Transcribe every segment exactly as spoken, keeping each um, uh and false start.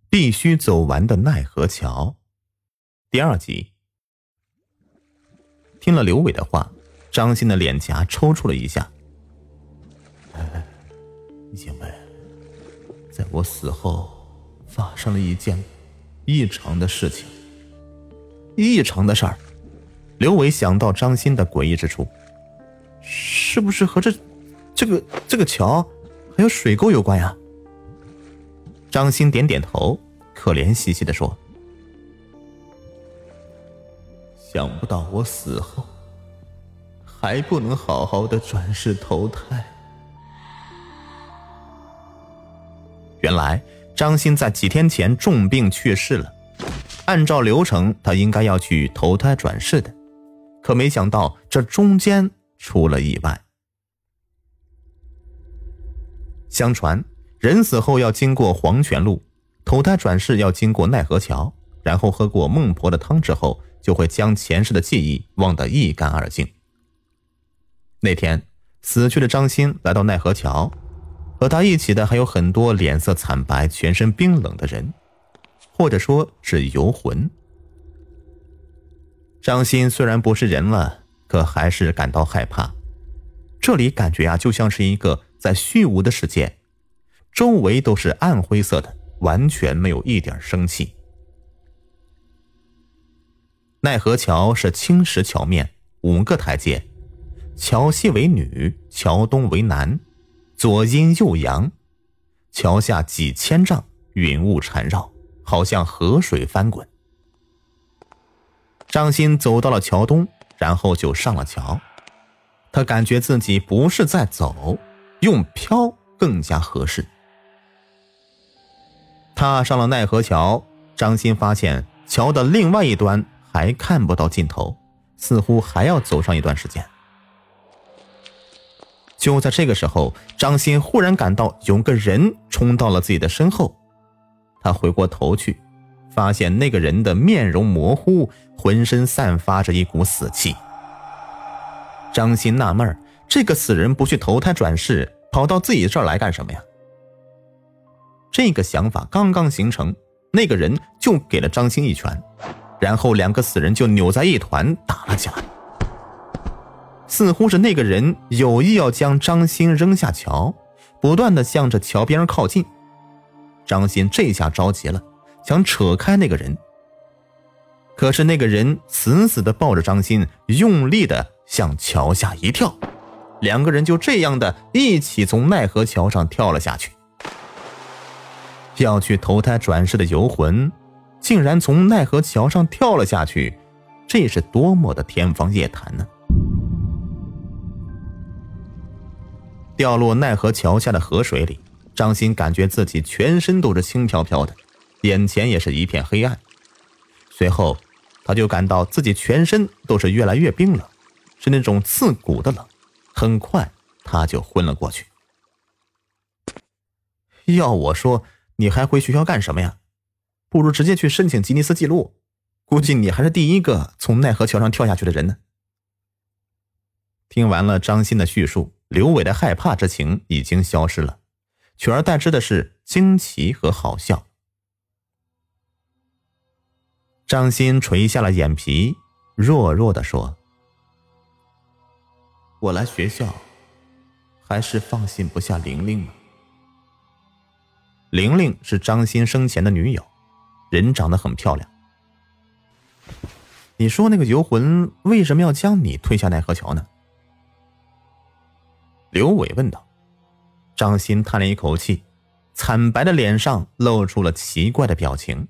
必须走完的奈何桥第二集。听了刘伟的话，张欣的脸颊抽搐了一下。因为在我死后发生了一件异常的事情。异常的事儿？刘伟想到张欣的诡异之处，是不是和这这个这个桥还有水沟有关呀？张欣点点头，可怜兮兮地说：想不到我死后还不能好好的转世投胎。原来张欣在几天前重病去世了，按照流程他应该要去投胎转世的，可没想到这中间出了意外。相传人死后要经过黄泉路，投胎转世要经过奈何桥，然后喝过孟婆的汤之后，就会将前世的记忆忘得一干二净。那天死去的张欣来到奈何桥，和他一起的还有很多脸色惨白全身冰冷的人，或者说是游魂。张欣虽然不是人了，可还是感到害怕。这里感觉啊，就像是一个在虚无的世界，周围都是暗灰色的，完全没有一点生气。奈何桥是青石桥面，五个台阶，桥西为女，桥东为男，左阴右阳，桥下几千丈，云雾缠绕，好像河水翻滚。张欣走到了桥东，然后就上了桥。他感觉自己不是在走，用飘更加合适。踏上了奈何桥，张欣发现桥的另外一端还看不到尽头，似乎还要走上一段时间。就在这个时候，张欣忽然感到有个人冲到了自己的身后。他回过头去，发现那个人的面容模糊，浑身散发着一股死气。张欣纳闷，这个死人不去投胎转世，跑到自己这儿来干什么呀？这个想法刚刚形成，那个人就给了张欣一拳，然后两个死人就扭在一团打了起来。似乎是那个人有意要将张欣扔下桥，不断地向着桥边靠近。张欣这下着急了，想扯开那个人，可是那个人死死地抱着张欣，用力地向桥下一跳，两个人就这样的一起从奈何桥上跳了下去。要去投胎转世的游魂竟然从奈何桥上跳了下去，这是多么的天方夜谭呢？掉落奈何桥下的河水里，张欣感觉自己全身都是轻飘飘的，眼前也是一片黑暗。随后他就感到自己全身都是越来越冰冷，是那种刺骨的冷，很快他就昏了过去。要我说，你还回学校干什么呀？不如直接去申请吉尼斯纪录，估计你还是第一个从奈何桥上跳下去的人呢。听完了张欣的叙述，刘伟的害怕之情已经消失了，取而代之的是惊奇和好笑。张欣垂下了眼皮，弱弱地说：我来学校还是放心不下玲玲吗？玲玲是张欣生前的女友，人长得很漂亮。你说那个游魂为什么要将你推下奈何桥呢？刘伟问道。张欣叹了一口气，惨白的脸上露出了奇怪的表情。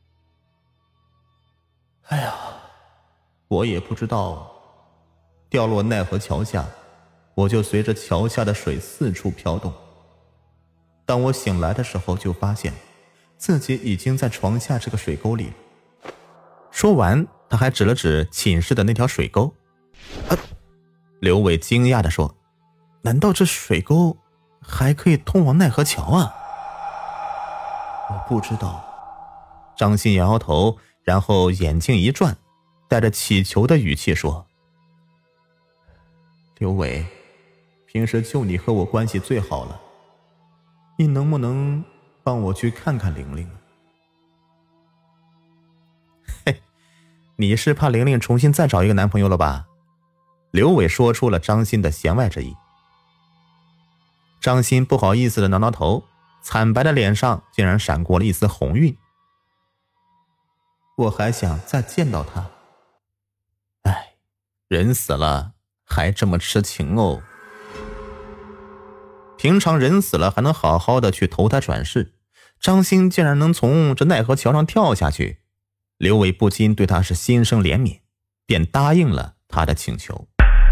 哎呀，我也不知道，掉落奈何桥下，我就随着桥下的水四处飘动。当我醒来的时候，就发现自己已经在床下这个水沟里了。说完，他还指了指寝室的那条水沟。啊！刘伟惊讶地说：难道这水沟还可以通往奈何桥啊？我不知道。张欣摇摇头，然后眼睛一转，带着乞求的语气说：刘伟，平时就你和我关系最好了，你能不能帮我去看看玲玲？ 你是怕玲玲重新再找一个男朋友了吧？刘伟说出了张欣的弦外之意。张欣不好意思的挠挠头，惨白的脸上竟然闪过了一丝红晕。我还想再见到他。哎，人死了还这么痴情哦。平常人死了还能好好的去投胎转世，张欣竟然能从这奈何桥上跳下去，刘伟不禁对他是心生怜悯，便答应了他的请求。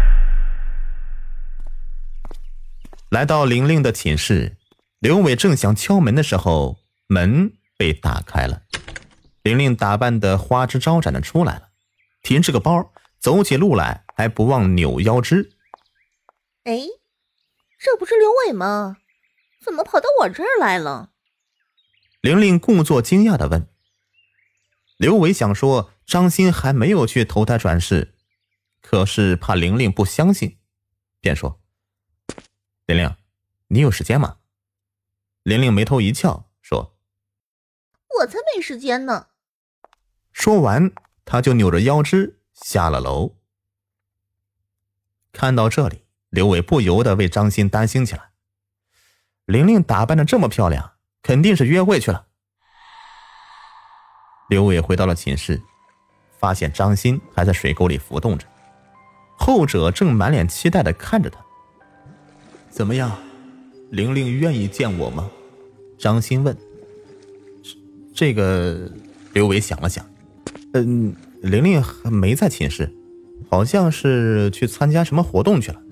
来到玲玲的寝室，刘伟正想敲门的时候，门被打开了。玲玲打扮得花枝招展的出来了，提着个包，走起路来还不忘扭腰肢。 哎，这不是刘伟吗？怎么跑到我这儿来了？ 玲玲故作惊讶地问。刘伟想说张欣还没有去投胎转世，可是怕玲玲不相信，便说：玲玲，你有时间吗？玲玲眉头一翘，说： 我才没时间呢。 说完，她就扭着腰肢下了楼。看到这里，刘伟不由得为张欣担心起来。玲玲打扮得这么漂亮，肯定是约会去了。刘伟回到了寝室，发现张欣还在水沟里浮动着，后者正满脸期待地看着他。怎么样，玲玲愿意见我吗？张欣问。这个，刘伟想了想，嗯，玲玲没在寝室，好像是去参加什么活动去了。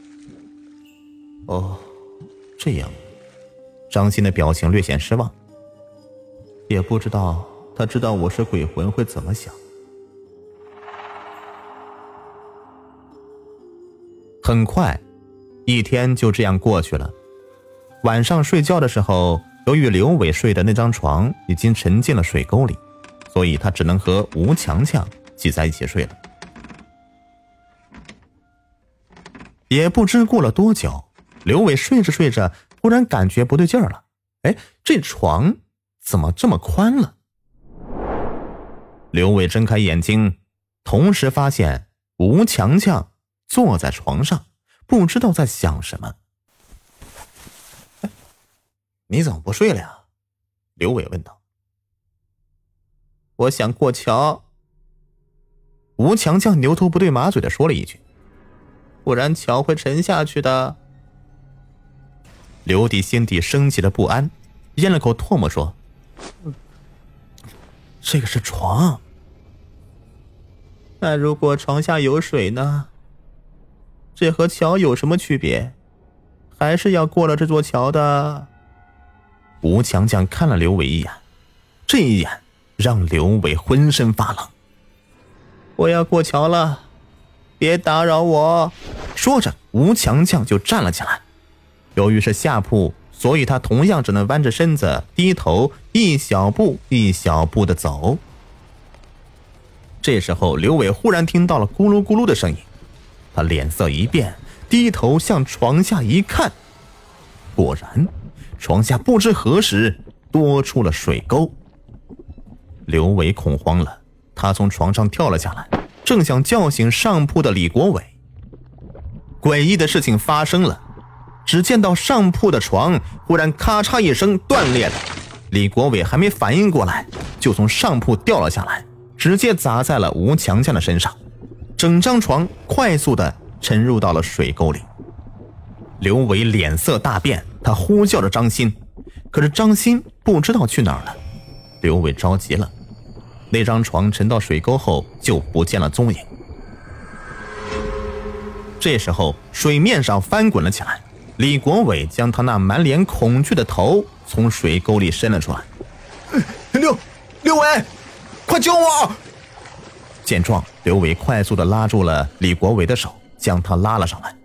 哦，这样。张欣的表情略显失望，也不知道他知道我是鬼魂会怎么想。很快，一天就这样过去了。晚上睡觉的时候，由于刘伟睡的那张床已经沉进了水沟里，所以他只能和吴强强挤在一起睡了。也不知过了多久，刘伟睡着睡着，突然感觉不对劲儿了。哎，这床怎么这么宽了？刘伟睁开眼睛，同时发现吴强强坐在床上，不知道在想什么。你怎么不睡了呀？刘伟问道。我想过桥。吴强强牛头不对马嘴的说了一句，不然桥会沉下去的。刘迪心底升起了不安，咽了口唾沫说：这个是床。那如果床下有水呢？这和桥有什么区别？还是要过了这座桥的。吴强强看了刘伟一眼，这一眼让刘伟浑身发冷。我要过桥了，别打扰我。说着，吴强强就站了起来。由于是下铺，所以他同样只能弯着身子低头，一小步一小步的走。这时候刘伟忽然听到了咕噜咕噜的声音，他脸色一变，低头向床下一看，果然床下不知何时多出了水沟。刘伟恐慌了，他从床上跳了下来，正想叫醒上铺的李国伟。诡异的事情发生了，只见到上铺的床忽然咔嚓一声断裂了，李国伟还没反应过来，就从上铺掉了下来，直接砸在了吴强强的身上，整张床快速地沉入到了水沟里。刘伟脸色大变，他呼叫着张欣，可是张欣不知道去哪儿了。刘伟着急了，那张床沉到水沟后就不见了踪影。这时候水面上翻滚了起来，李国伟将他那满脸恐惧的头从水沟里伸了出来。刘刘伟，快救我！见状，刘伟快速地拉住了李国伟的手，将他拉了上来。